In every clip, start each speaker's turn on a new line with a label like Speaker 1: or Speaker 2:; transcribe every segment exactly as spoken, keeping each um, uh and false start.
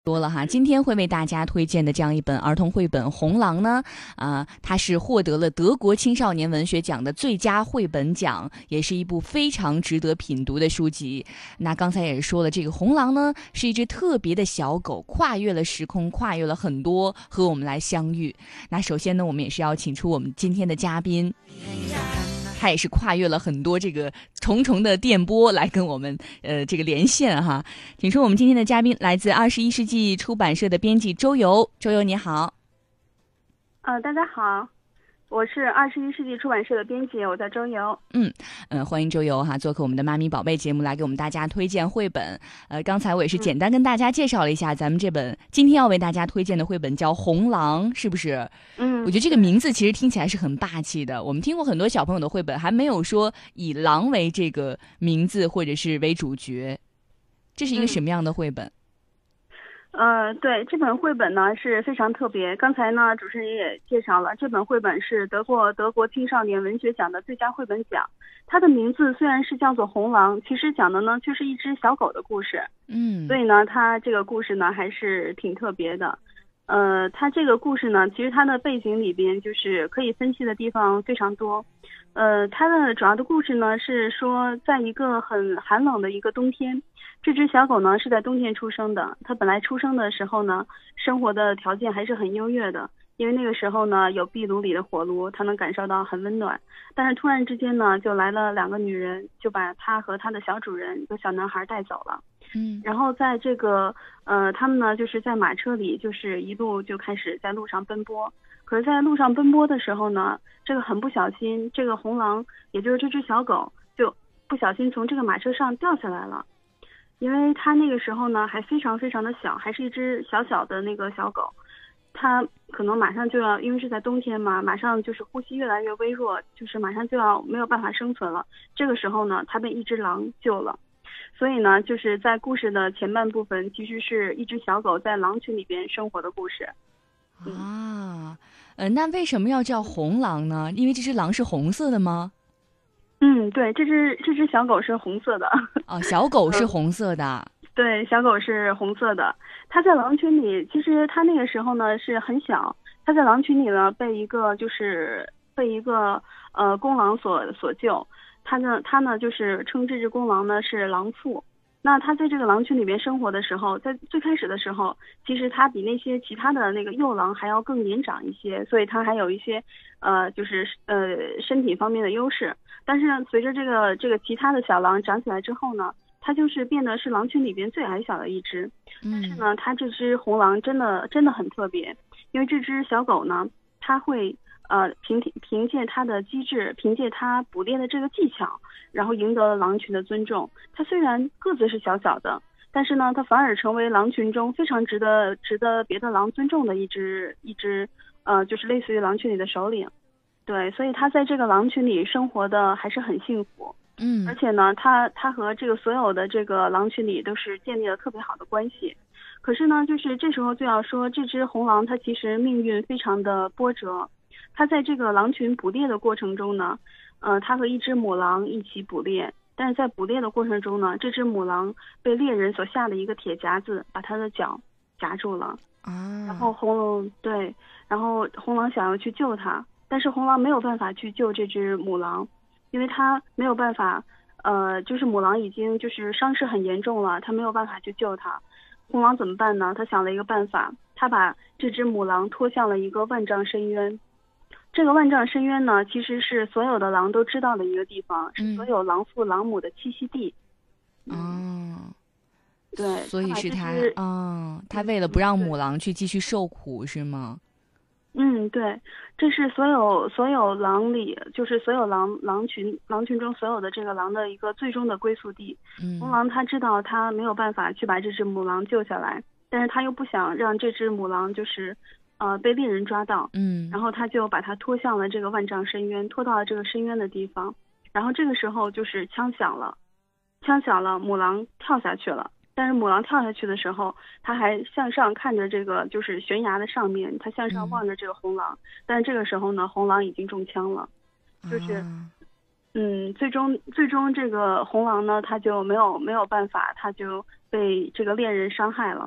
Speaker 1: 多了哈，今天会为大家推荐的这样一本儿童绘本《红狼》呢，啊、呃，它是获得了德国青少年文学奖的最佳绘本奖，也是一部非常值得品读的书籍。那刚才也说了，这个红狼呢是一只特别的小狗，跨越了时空，跨越了很多，和我们来相遇。那首先呢，我们也是要请出我们今天的嘉宾。他也是跨越了很多这个重重的电波来跟我们呃这个连线哈，请出我们今天的嘉宾，来自二十一世纪出版社的编辑周游。周游你好。
Speaker 2: 呃，大家好，我是二十一世纪出版社的编辑，我叫周游。
Speaker 1: 嗯呃，欢迎周游哈，做客我们的妈咪宝贝节目，来给我们大家推荐绘本。呃，刚才我也是简单跟大家介绍了一下，咱们这本今天要为大家推荐的绘本叫《红狼》，是不是？
Speaker 2: 嗯，
Speaker 1: 我觉得这个名字其实听起来是很霸气的。我们听过很多小朋友的绘本，还没有说以狼为这个名字或者是为主角。这是一个什么样的绘本？
Speaker 2: 嗯、呃，对，这本绘本呢是非常特别。刚才呢，主持人也介绍了，这本绘本是得过德国青少年文学奖的最佳绘本奖。它的名字虽然是叫做《红狼》，其实讲的呢却是一只小狗的故事。
Speaker 1: 嗯，
Speaker 2: 所以呢，它这个故事呢还是挺特别的。呃，它这个故事呢，其实它的背景里边就是可以分析的地方非常多。呃，它的主要的故事呢是说，在一个很寒冷的一个冬天，这只小狗呢是在冬天出生的。它本来出生的时候呢，生活的条件还是很优越的，因为那个时候呢有壁炉里的火炉，它能感受到很温暖。但是突然之间呢，就来了两个女人，就把它和它的小主人一个小男孩带走了。
Speaker 1: 嗯，
Speaker 2: 然后在这个呃，他们呢就是在马车里，就是一路就开始在路上奔波。可是，在路上奔波的时候呢，这个很不小心，这个红狼，也就是这只小狗，就不小心从这个马车上掉下来了。因为它那个时候呢还非常非常的小，还是一只小小的那个小狗，它可能马上就要，因为是在冬天嘛，马上就是呼吸越来越微弱，就是马上就要没有办法生存了。这个时候呢，它被一只狼救了。所以呢，就是在故事的前半部分，其实是一只小狗在狼群里边生活的故事。
Speaker 1: 啊，呃，那为什么要叫红狼呢？因为这只狼是红色的吗？
Speaker 2: 嗯，对，这只这只小狗是红色的。
Speaker 1: 哦，小狗是红色的。
Speaker 2: 嗯、对，小狗是红色的。它在狼群里，其实它那个时候呢是很小，它在狼群里呢被一个就是被一个呃公狼所所救。他呢，他呢就是称这只公狼呢是狼父。那他在这个狼群里面生活的时候，在最开始的时候，其实他比那些其他的那个幼狼还要更年长一些，所以他还有一些呃就是呃身体方面的优势。但是呢，随着这个这个其他的小狼长起来之后呢，它就是变得是狼群里边最矮小的一只。但是呢，它这只红狼真的真的很特别，因为这只小狗呢，它会。呃，凭凭借它的机智，凭借它捕猎的这个技巧，然后赢得了狼群的尊重。它虽然个子是小小的，但是呢，它反而成为狼群中非常值得值得别的狼尊重的一只一只呃，就是类似于狼群里的首领。对，所以它在这个狼群里生活的还是很幸福。
Speaker 1: 嗯，
Speaker 2: 而且呢，它它和这个所有的这个狼群里都是建立了特别好的关系。可是呢，就是这时候就要说，这只红狼它其实命运非常的波折。它在这个狼群捕猎的过程中呢，呃，它和一只母狼一起捕猎，但是在捕猎的过程中呢，这只母狼被猎人所下的一个铁夹子把它的脚夹住了。
Speaker 1: 啊，
Speaker 2: 然后红对，然后红狼想要去救它，但是红狼没有办法去救这只母狼，因为它没有办法，呃，就是母狼已经就是伤势很严重了，它没有办法去救它。红狼怎么办呢？他想了一个办法，他把这只母狼拖向了一个万丈深渊。这个万丈深渊呢，其实是所有的狼都知道的一个地方，
Speaker 1: 嗯、
Speaker 2: 是所有狼父狼母的栖息地。
Speaker 1: 哦，
Speaker 2: 对，
Speaker 1: 所以是他，
Speaker 2: 嗯、
Speaker 1: 哦，他为了不让母狼去继续受苦，是吗？
Speaker 2: 嗯，对，这是所有所有狼里，就是所有狼狼群狼群中所有的这个狼的一个最终的归宿地。
Speaker 1: 嗯，
Speaker 2: 红狼他知道他没有办法去把这只母狼救下来，但是他又不想让这只母狼就是呃被猎人抓到。
Speaker 1: 嗯，
Speaker 2: 然后他就把它拖向了这个万丈深渊，拖到了这个深渊的地方。然后这个时候就是枪响了，枪响了，母狼跳下去了。但是母狼跳下去的时候，它还向上看着这个就是悬崖的上面，它向上望着这个红狼。嗯、但是这个时候呢，红狼已经中枪了，就是，啊、嗯，最终最终这个红狼呢，它就没有没有办法，它就被这个猎人伤害了。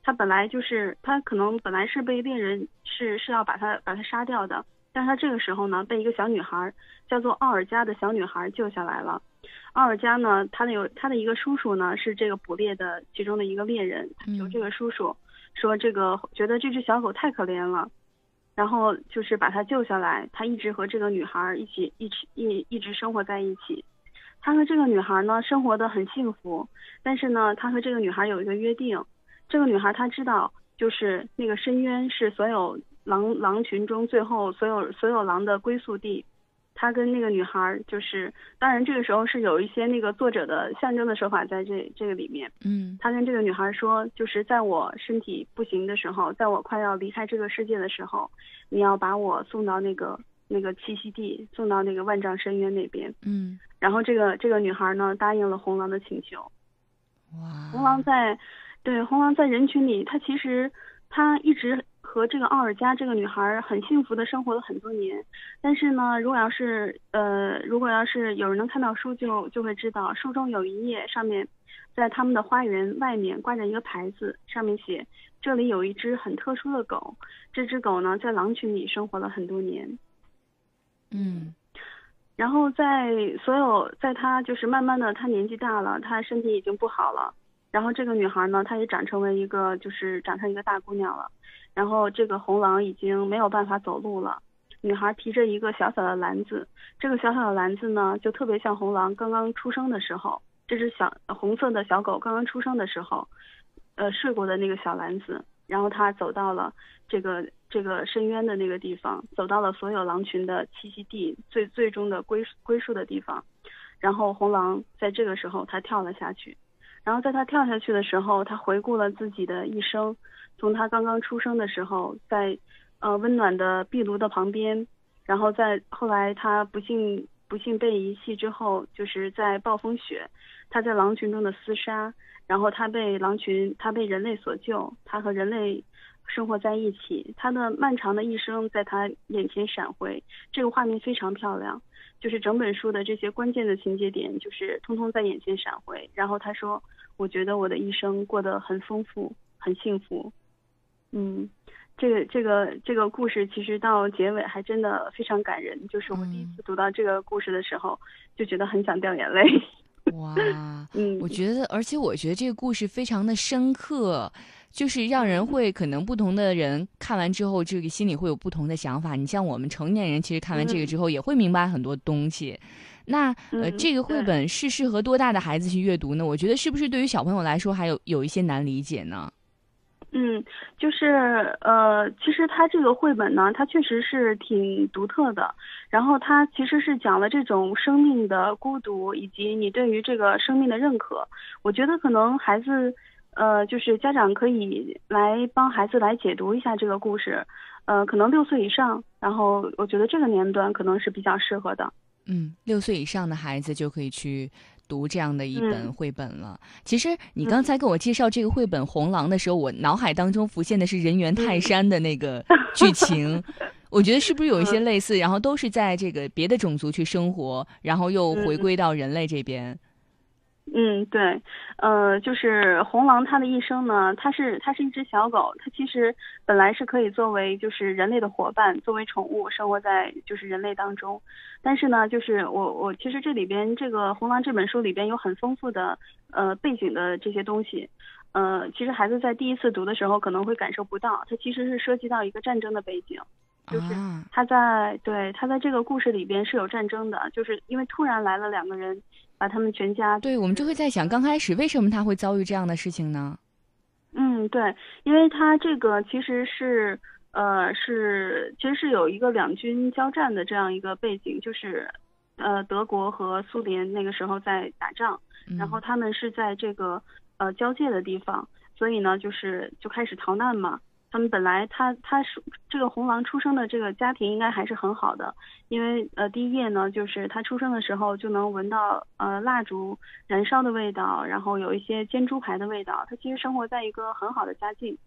Speaker 2: 他本来就是他可能本来是被猎人是是要把他把他杀掉的，但是他这个时候呢被一个小女孩叫做奥尔加的小女孩救下来了。奥尔加呢，他的有他的一个叔叔呢是这个捕猎的其中的一个猎人，有这个叔叔说这个觉得这只小狗太可怜了，然后就是把他救下来，他一直和这个女孩一起一起一一直生活在一起。他和这个女孩呢生活的很幸福，但是呢他和这个女孩有一个约定，这个女孩她知道就是那个深渊是所有狼狼群中最后所有所有狼的归宿地。他跟那个女孩就是，当然这个时候是有一些那个作者的象征的手法在这这个里面。
Speaker 1: 嗯，
Speaker 2: 他跟这个女孩说，就是在我身体不行的时候，在我快要离开这个世界的时候，你要把我送到那个那个栖息地，送到那个万丈深渊那边。
Speaker 1: 嗯，
Speaker 2: 然后这个这个女孩呢答应了红狼的请求。
Speaker 1: 哇，
Speaker 2: 红狼在，对，红狼在人群里，他其实他一直和这个奥尔加这个女孩很幸福的生活了很多年，但是呢，如果要是呃，如果要是有人能看到书就，就会知道，书中有一页上面，在他们的花园外面挂着一个牌子，上面写这里有一只很特殊的狗，这只狗呢在狼群里生活了很多年。
Speaker 1: 嗯，
Speaker 2: 然后在所有在他就是慢慢的他年纪大了，他身体已经不好了，然后这个女孩呢，她也长成为一个就是长成一个大姑娘了。然后这个红狼已经没有办法走路了，女孩提着一个小小的篮子，这个小小的篮子呢，就特别像红狼刚刚出生的时候，这只小红色的小狗刚刚出生的时候，呃睡过的那个小篮子。然后他走到了这个这个深渊的那个地方，走到了所有狼群的栖息地，最最终的归归宿的地方。然后红狼在这个时候他跳了下去，然后在他跳下去的时候，他回顾了自己的一生。从他刚刚出生的时候，在呃温暖的壁炉的旁边，然后在后来他不幸不幸被遗弃之后，就是在暴风雪，他在狼群中的厮杀，然后他被狼群他被人类所救，他和人类生活在一起，他的漫长的一生在他眼前闪回，这个画面非常漂亮，就是整本书的这些关键的情节点就是通通在眼前闪回。然后他说，我觉得我的一生过得很丰富很幸福。嗯，这个这个这个故事其实到结尾还真的非常感人，就是我第一次读到这个故事的时候，就觉得很想掉眼泪。
Speaker 1: 哇，
Speaker 2: 嗯，
Speaker 1: 我觉得，而且我觉得这个故事非常的深刻，就是让人会可能不同的人看完之后，这个心里会有不同的想法。你像我们成年人，其实看完这个之后也会明白很多东西。那呃，
Speaker 2: 嗯、
Speaker 1: 这个绘本是适合多大的孩子去阅读呢？我觉得是不是对于小朋友来说还有有一些难理解呢？
Speaker 2: 嗯，就是呃，其实它这个绘本呢，它确实是挺独特的。然后它其实是讲了这种生命的孤独，以及你对于这个生命的认可。我觉得可能孩子，呃，就是家长可以来帮孩子来解读一下这个故事。呃，可能六岁以上，然后我觉得这个年段可能是比较适合的。
Speaker 1: 嗯，六岁以上的孩子就可以去读这样的一本绘本了。
Speaker 2: 嗯、
Speaker 1: 其实你刚才给我介绍这个绘本《红狼》的时候，我脑海当中浮现的是人猿泰山的那个剧情。我觉得是不是有一些类似，然后都是在这个别的种族去生活，然后又回归到人类这边。
Speaker 2: 嗯，对，呃，就是红狼它的一生呢，它是它是一只小狗，它其实本来是可以作为就是人类的伙伴，作为宠物生活在就是人类当中，但是呢，就是我我其实这里边这个红狼这本书里边有很丰富的呃背景的这些东西，呃，其实孩子在第一次读的时候可能会感受不到，它其实是涉及到一个战争的背景。就是他在对他在这个故事里边是有战争的，就是因为突然来了两个人，把他们全家。
Speaker 1: 对，我们就会在想，刚开始为什么他会遭遇这样的事情呢？
Speaker 2: 嗯，对，因为他这个其实是呃是其实是有一个两军交战的这样一个背景，就是呃德国和苏联那个时候在打仗，然后他们是在这个呃交界的地方，所以呢就是就开始逃难嘛。他们本来他他是这个红狼出生的这个家庭应该还是很好的，因为呃第一页呢就是他出生的时候就能闻到呃蜡烛燃烧的味道，然后有一些煎猪排的味道，他其实生活在一个很好的家境。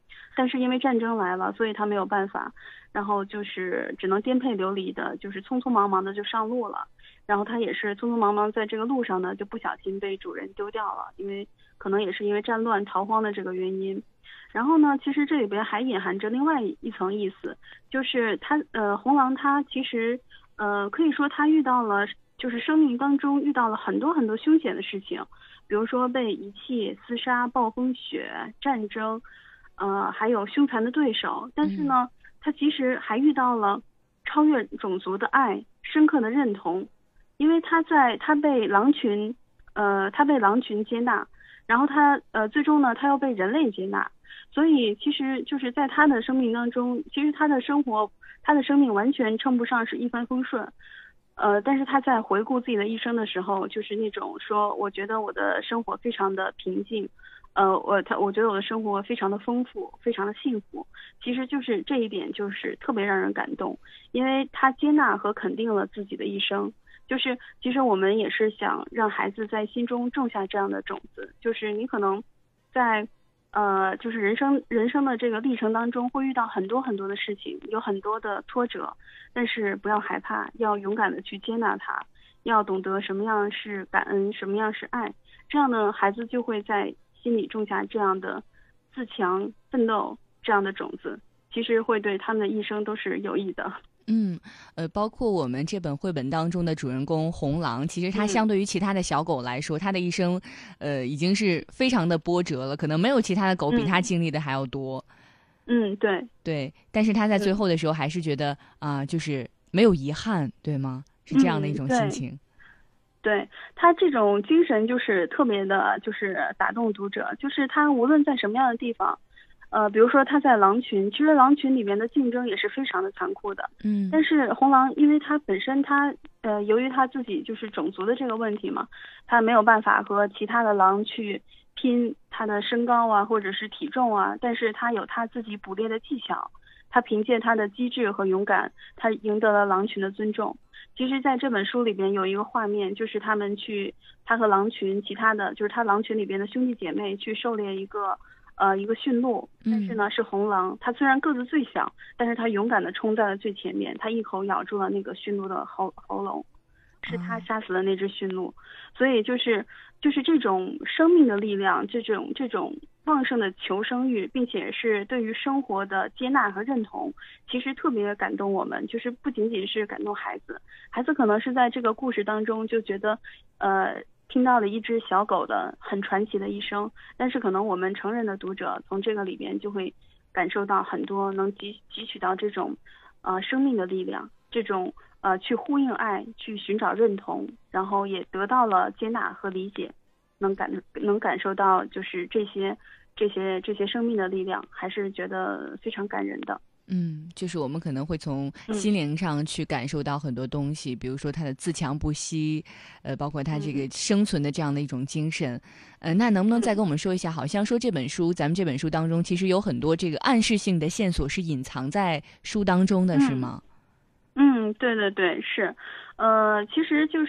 Speaker 2: 但是因为战争来了，所以他没有办法，然后就是只能颠沛流离的，就是匆匆忙忙的就上路了。然后他也是匆匆忙忙在这个路上呢，就不小心被主人丢掉了，因为可能也是因为战乱逃荒的这个原因。然后呢，其实这里边还隐含着另外一层意思，就是他呃红狼他其实呃可以说他遇到了，就是生命当中遇到了很多很多凶险的事情，比如说被遗弃、厮杀、暴风雪、战争，呃还有凶残的对手。但是呢，他其实还遇到了超越种族的爱、深刻的认同，因为他在他被狼群呃他被狼群接纳，然后他呃最终呢他又被人类接纳。所以其实就是在他的生命当中，其实他的生活他的生命完全称不上是一帆风顺，呃但是他在回顾自己的一生的时候，就是那种说我觉得我的生活非常的平静，呃我他我觉得我的生活非常的丰富，非常的幸福。其实就是这一点就是特别让人感动，因为他接纳和肯定了自己的一生。就是其实我们也是想让孩子在心中种下这样的种子，就是你可能在呃，就是人生人生的这个历程当中会遇到很多很多的事情，有很多的挫折，但是不要害怕，要勇敢的去接纳它，要懂得什么样是感恩，什么样是爱，这样呢，孩子就会在心里种下这样的自强、奋斗这样的种子，其实会对他们的一生都是有益的。
Speaker 1: 嗯，呃，包括我们这本绘本当中的主人公红狼，其实它相对于其他的小狗来说，它的一生，呃，已经是非常的波折了，可能没有其他的狗比它经历的还要多。
Speaker 2: 嗯，对
Speaker 1: 对，但是它在最后的时候还是觉得啊、呃就是没有遗憾，对吗？是这样的一种心情。
Speaker 2: 嗯、对, 对他这种精神就是特别的，就是打动读者，就是他无论在什么样的地方。呃，比如说他在狼群，其实狼群里面的竞争也是非常的残酷的。
Speaker 1: 嗯，
Speaker 2: 但是红狼，因为他本身他呃，由于他自己就是种族的这个问题嘛，他没有办法和其他的狼去拼他的身高啊，或者是体重啊，但是他有他自己捕猎的技巧，他凭借他的机智和勇敢，他赢得了狼群的尊重。其实在这本书里边有一个画面，就是他们去，他和狼群其他的就是他狼群里边的兄弟姐妹去狩猎一个。呃，一个驯鹿，但是呢是红狼，它虽然个子最小，但是它勇敢地冲在了最前面，它一口咬住了那个驯鹿的喉喉咙，是它杀死了那只驯鹿。所以就是就是这种生命的力量，这种这种旺盛的求生欲，并且是对于生活的接纳和认同，其实特别感动我们。就是不仅仅是感动孩子，孩子可能是在这个故事当中就觉得，呃。听到了一只小狗的很传奇的一生，但是可能我们成人的读者从这个里边就会感受到很多能汲汲取到这种呃生命的力量，这种呃去呼应爱，去寻找认同，然后也得到了接纳和理解，能感能感受到就是这些这些这些生命的力量，还是觉得非常感人的。
Speaker 1: 嗯，就是我们可能会从心灵上去感受到很多东西，
Speaker 2: 嗯、
Speaker 1: 比如说他的自强不息，呃，包括他这个生存的这样的一种精神。呃，那能不能再跟我们说一下？好像说这本书，咱们这本书当中其实有很多这个暗示性的线索是隐藏在书当中的，是吗？
Speaker 2: 嗯，对对对，是，呃，其实就是。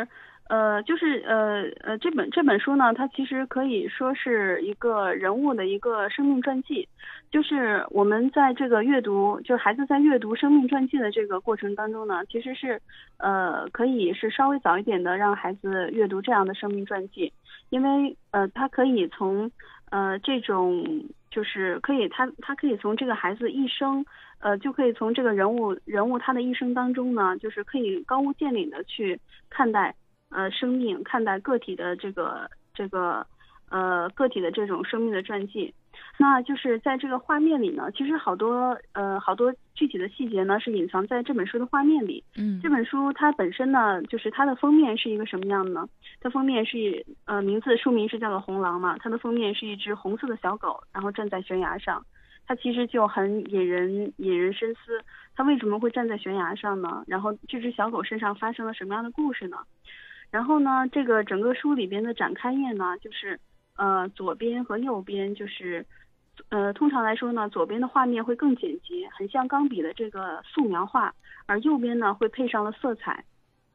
Speaker 2: 呃，就是呃呃，这本这本书呢，它其实可以说是一个人物的一个生命传记。就是我们在这个阅读，就是孩子在阅读生命传记的这个过程当中呢，其实是呃可以是稍微早一点的让孩子阅读这样的生命传记，因为呃他可以从呃这种就是可以他他可以从这个孩子一生。呃，就可以从这个人物人物他的一生当中呢，就是可以高屋建瓴的去看待呃生命，看待个体的这个这个呃个体的这种生命的传记。那就是在这个画面里呢，其实好多呃好多具体的细节呢是隐藏在这本书的画面里。
Speaker 1: 嗯，
Speaker 2: 这本书它本身呢，就是它的封面是一个什么样呢？它封面是呃名字书名是叫做红狼嘛，它的封面是一只红色的小狗，然后站在悬崖上。它其实就很引人引人深思，它为什么会站在悬崖上呢？然后这只小狗身上发生了什么样的故事呢？然后呢，这个整个书里边的展开页呢，就是呃左边和右边就是呃通常来说呢，左边的画面会更简洁，很像钢笔的这个素描画，而右边呢会配上了色彩。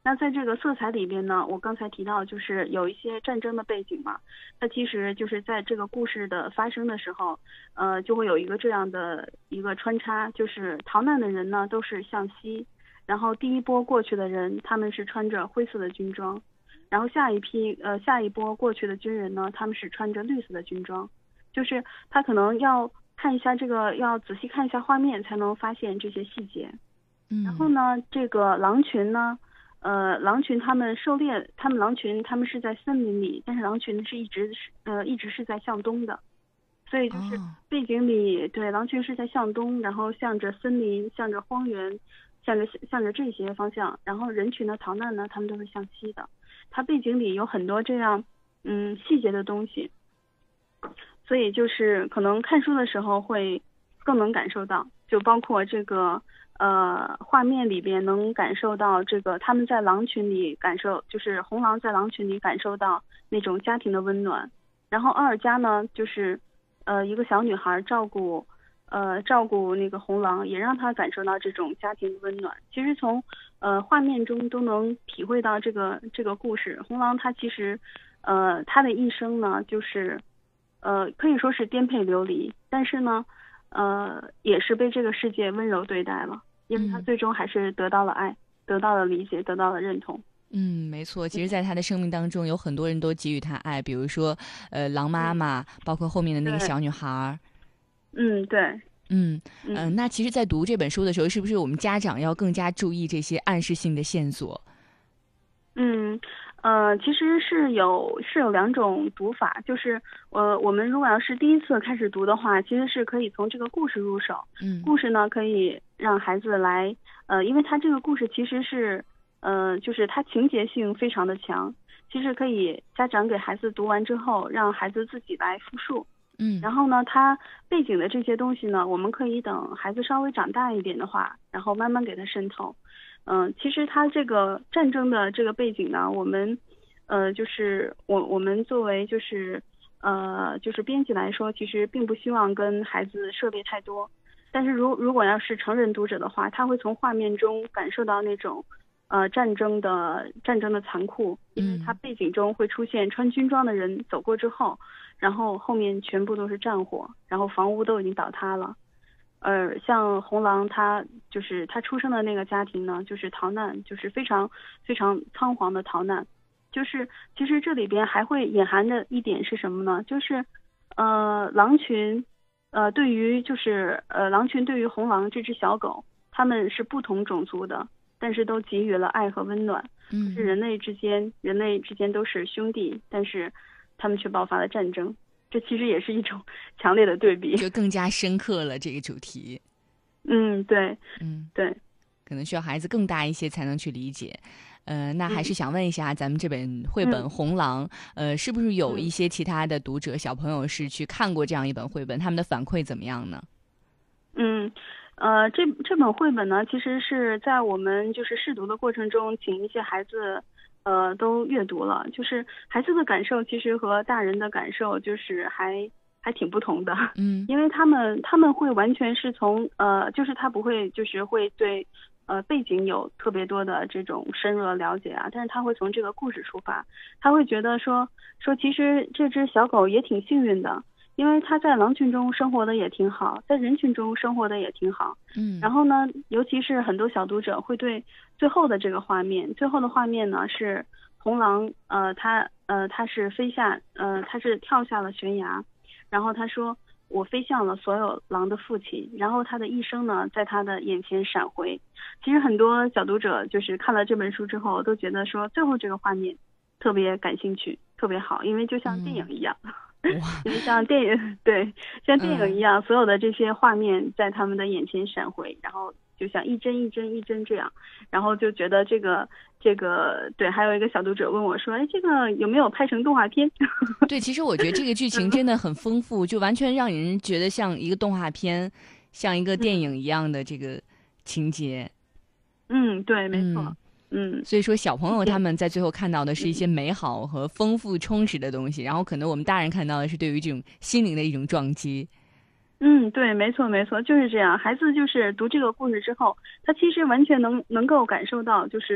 Speaker 2: 那在这个色彩里边呢，我刚才提到就是有一些战争的背景嘛，它其实就是在这个故事的发生的时候，呃，就会有一个这样的一个穿插，就是逃难的人呢都是向西，然后第一波过去的人他们是穿着灰色的军装，然后下一批呃下一波过去的军人呢，他们是穿着绿色的军装，就是他可能要看一下这个，要仔细看一下画面才能发现这些细节。
Speaker 1: 嗯，
Speaker 2: 然后呢，这个狼群呢。呃，狼群他们狩猎，他们狼群他们是在森林里，但是狼群是一直是呃一直是在向东的，所以就是背景里、哦、对狼群是在向东，然后向着森林，向着荒原，向着向着这些方向，然后人群的逃难呢，他们都是向西的。它背景里有很多这样嗯细节的东西，所以就是可能看书的时候会更能感受到，就包括这个。呃，画面里边能感受到这个他们在狼群里感受，就是红狼在狼群里感受到那种家庭的温暖。然后奥尔加呢，就是呃一个小女孩照顾呃照顾那个红狼，也让她感受到这种家庭的温暖。其实从呃画面中都能体会到这个这个故事。红狼她其实呃她的一生呢，就是呃可以说是颠沛流离，但是呢。呃，也是被这个世界温柔对待了，因为他最终还是得到了爱，嗯、得到了理解，得到了认同。
Speaker 1: 嗯，没错。其实，在他的生命当中，有很多人都给予他爱，比如说，呃，狼妈妈，嗯、包括后面的那个小女孩。
Speaker 2: 嗯，对。
Speaker 1: 嗯嗯、呃，那其实，在读这本书的时候，是不是我们家长要更加注意这些暗示性的线索？
Speaker 2: 嗯。呃，其实是有是有两种读法，就是呃，我们如果要是第一次开始读的话，其实是可以从这个故事入手。
Speaker 1: 嗯，
Speaker 2: 故事呢可以让孩子来，呃，因为他这个故事其实是，呃，就是它情节性非常的强，其实可以家长给孩子读完之后，让孩子自己来复述。
Speaker 1: 嗯，
Speaker 2: 然后呢，他背景的这些东西呢，我们可以等孩子稍微长大一点的话，然后慢慢给他渗透。嗯、呃，其实他这个战争的这个背景呢，我们，呃，就是我我们作为就是呃就是编辑来说，其实并不希望跟孩子涉猎太多。但是如如果要是成人读者的话，他会从画面中感受到那种呃战争的战争的残酷，因为他背景中会出现穿军装的人走过之后，然后后面全部都是战火，然后房屋都已经倒塌了。呃，像红狼他就是他出生的那个家庭呢，就是逃难，就是非常非常仓皇的逃难。就是其实这里边还会隐含的一点是什么呢？就是呃狼群，呃对于就是呃狼群对于红狼这只小狗，他们是不同种族的，但是都给予了爱和温暖。
Speaker 1: 嗯，
Speaker 2: 是人类之间，人类之间都是兄弟，但是他们却爆发了战争。这其实也是一种强烈的对比，
Speaker 1: 就更加深刻了这个主题。
Speaker 2: 嗯，对，
Speaker 1: 嗯，
Speaker 2: 对，
Speaker 1: 可能需要孩子更大一些才能去理解。呃，那还是想问一下，咱们这本绘本《红狼》，嗯，呃，是不是有一些其他的读者、小朋友是去看过这样一本绘本，他们的反馈怎么样呢？
Speaker 2: 嗯。呃，这这本绘本呢，其实是在我们就是试读的过程中，请一些孩子，呃，都阅读了。就是孩子的感受，其实和大人的感受就是还还挺不同的。
Speaker 1: 嗯，
Speaker 2: 因为他们他们会完全是从呃，就是他不会就是会对呃背景有特别多的这种深入的了解啊，但是他会从这个故事出发，他会觉得说说其实这只小狗也挺幸运的。因为他在狼群中生活的也挺好，在人群中生活的也挺好。
Speaker 1: 嗯，
Speaker 2: 然后呢，尤其是很多小读者会对最后的这个画面，最后的画面呢是红狼，呃，他呃他是飞下，呃他是跳下了悬崖，然后他说我飞向了所有狼的父亲，然后他的一生呢在他的眼前闪回。其实很多小读者就是看了这本书之后都觉得说最后这个画面特别感兴趣，特别好，因为就像电影一样。嗯因为像电影对，像电影一样，嗯、所有的这些画面在他们的眼前闪回，然后就像一帧一帧一帧这样，然后就觉得这个这个对，还有一个小读者问我说：“哎，这个有没有拍成动画片？”
Speaker 1: 对，其实我觉得这个剧情真的很丰富，就完全让人觉得像一个动画片，像一个电影一样的这个情节。
Speaker 2: 嗯，对，没错。
Speaker 1: 嗯
Speaker 2: 嗯，
Speaker 1: 所以说小朋友他们在最后看到的是一些美好和丰富充实的东西，然后可能我们大人看到的是对于这种心灵的一种撞击。
Speaker 2: 嗯，对，没错没错，就是这样。孩子就是读这个故事之后，他其实完全能能够感受到，就是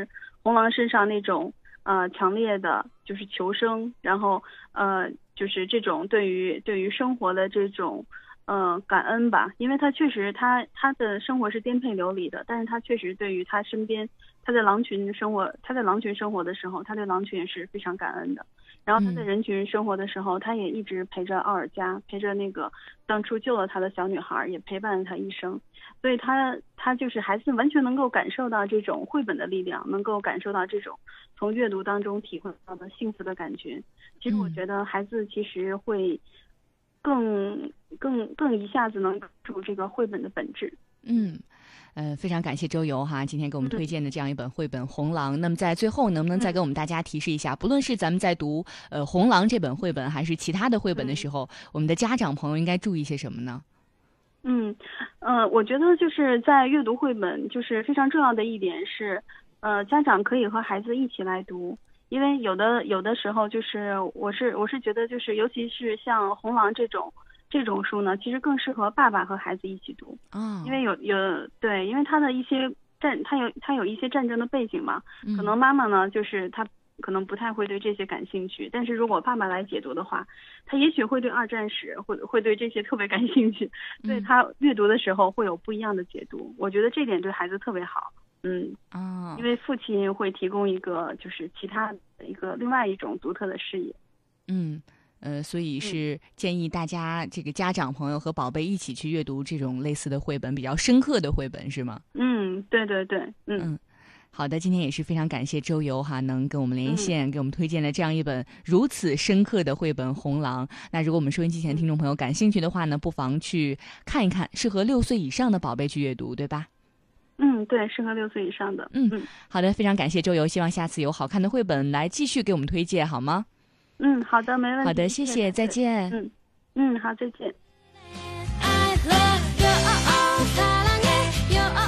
Speaker 2: 红狼身上那种呃强烈的就是求生，然后呃就是这种对于对于生活的这种呃感恩吧，因为他确实他他的生活是颠沛流离的，但是他确实对于他身边他在狼群生活他在狼群生活的时候，他对狼群也是非常感恩的。然后他在人群生活的时候，他也一直陪着奥尔加，陪着那个当初救了他的小女孩，也陪伴了他一生。所以他他就是孩子完全能够感受到这种绘本的力量，能够感受到这种从阅读当中体会到的幸福的感觉。其实我觉得孩子其实会更更更一下子能感受这个绘本的本质。
Speaker 1: 嗯。呃，非常感谢周游哈，今天给我们推荐的这样一本绘本《红狼》。那么在最后，能不能再给我们大家提示一下，不论是咱们在读呃《红狼》这本绘本，还是其他的绘本的时候，我们的家长朋友应该注意些什么呢？
Speaker 2: 嗯，呃，我觉得就是在阅读绘本，就是非常重要的一点是，呃，家长可以和孩子一起来读。因为有的有的时候就是我是我是觉得就是尤其是像《红狼》这种。这种书呢，其实更适合爸爸和孩子一起读啊，因为有有对，因为他的一些战，他有他有一些战争的背景嘛，可能妈妈呢，就是他可能不太会对这些感兴趣，但是如果爸爸来解读的话，他也许会对二战史会会对这些特别感兴趣，所以他阅读的时候会有不一样的解读，我觉得这点对孩子特别好，嗯啊，因为父亲会提供一个就是其他的一个另外一种独特的视野，
Speaker 1: 嗯。呃，所以是建议大家这个家长朋友和宝贝一起去阅读这种类似的绘本，比较深刻的绘本，是吗？
Speaker 2: 嗯，对对对，嗯
Speaker 1: 嗯，好的，今天也是非常感谢周游哈，能跟我们连线，嗯、给我们推荐了这样一本如此深刻的绘本《红狼》。那如果我们收音机前的听众朋友感兴趣的话呢，不妨去看一看，适合六岁以上的宝贝去阅读，对吧？
Speaker 2: 嗯，对，适合六岁以上的。
Speaker 1: 嗯嗯，好的，非常感谢周游，希望下次有好看的绘本来继续给我们推荐，好吗？
Speaker 2: 嗯，好的，没问题。
Speaker 1: 好的，谢谢，再见。
Speaker 2: 嗯嗯，好，再见。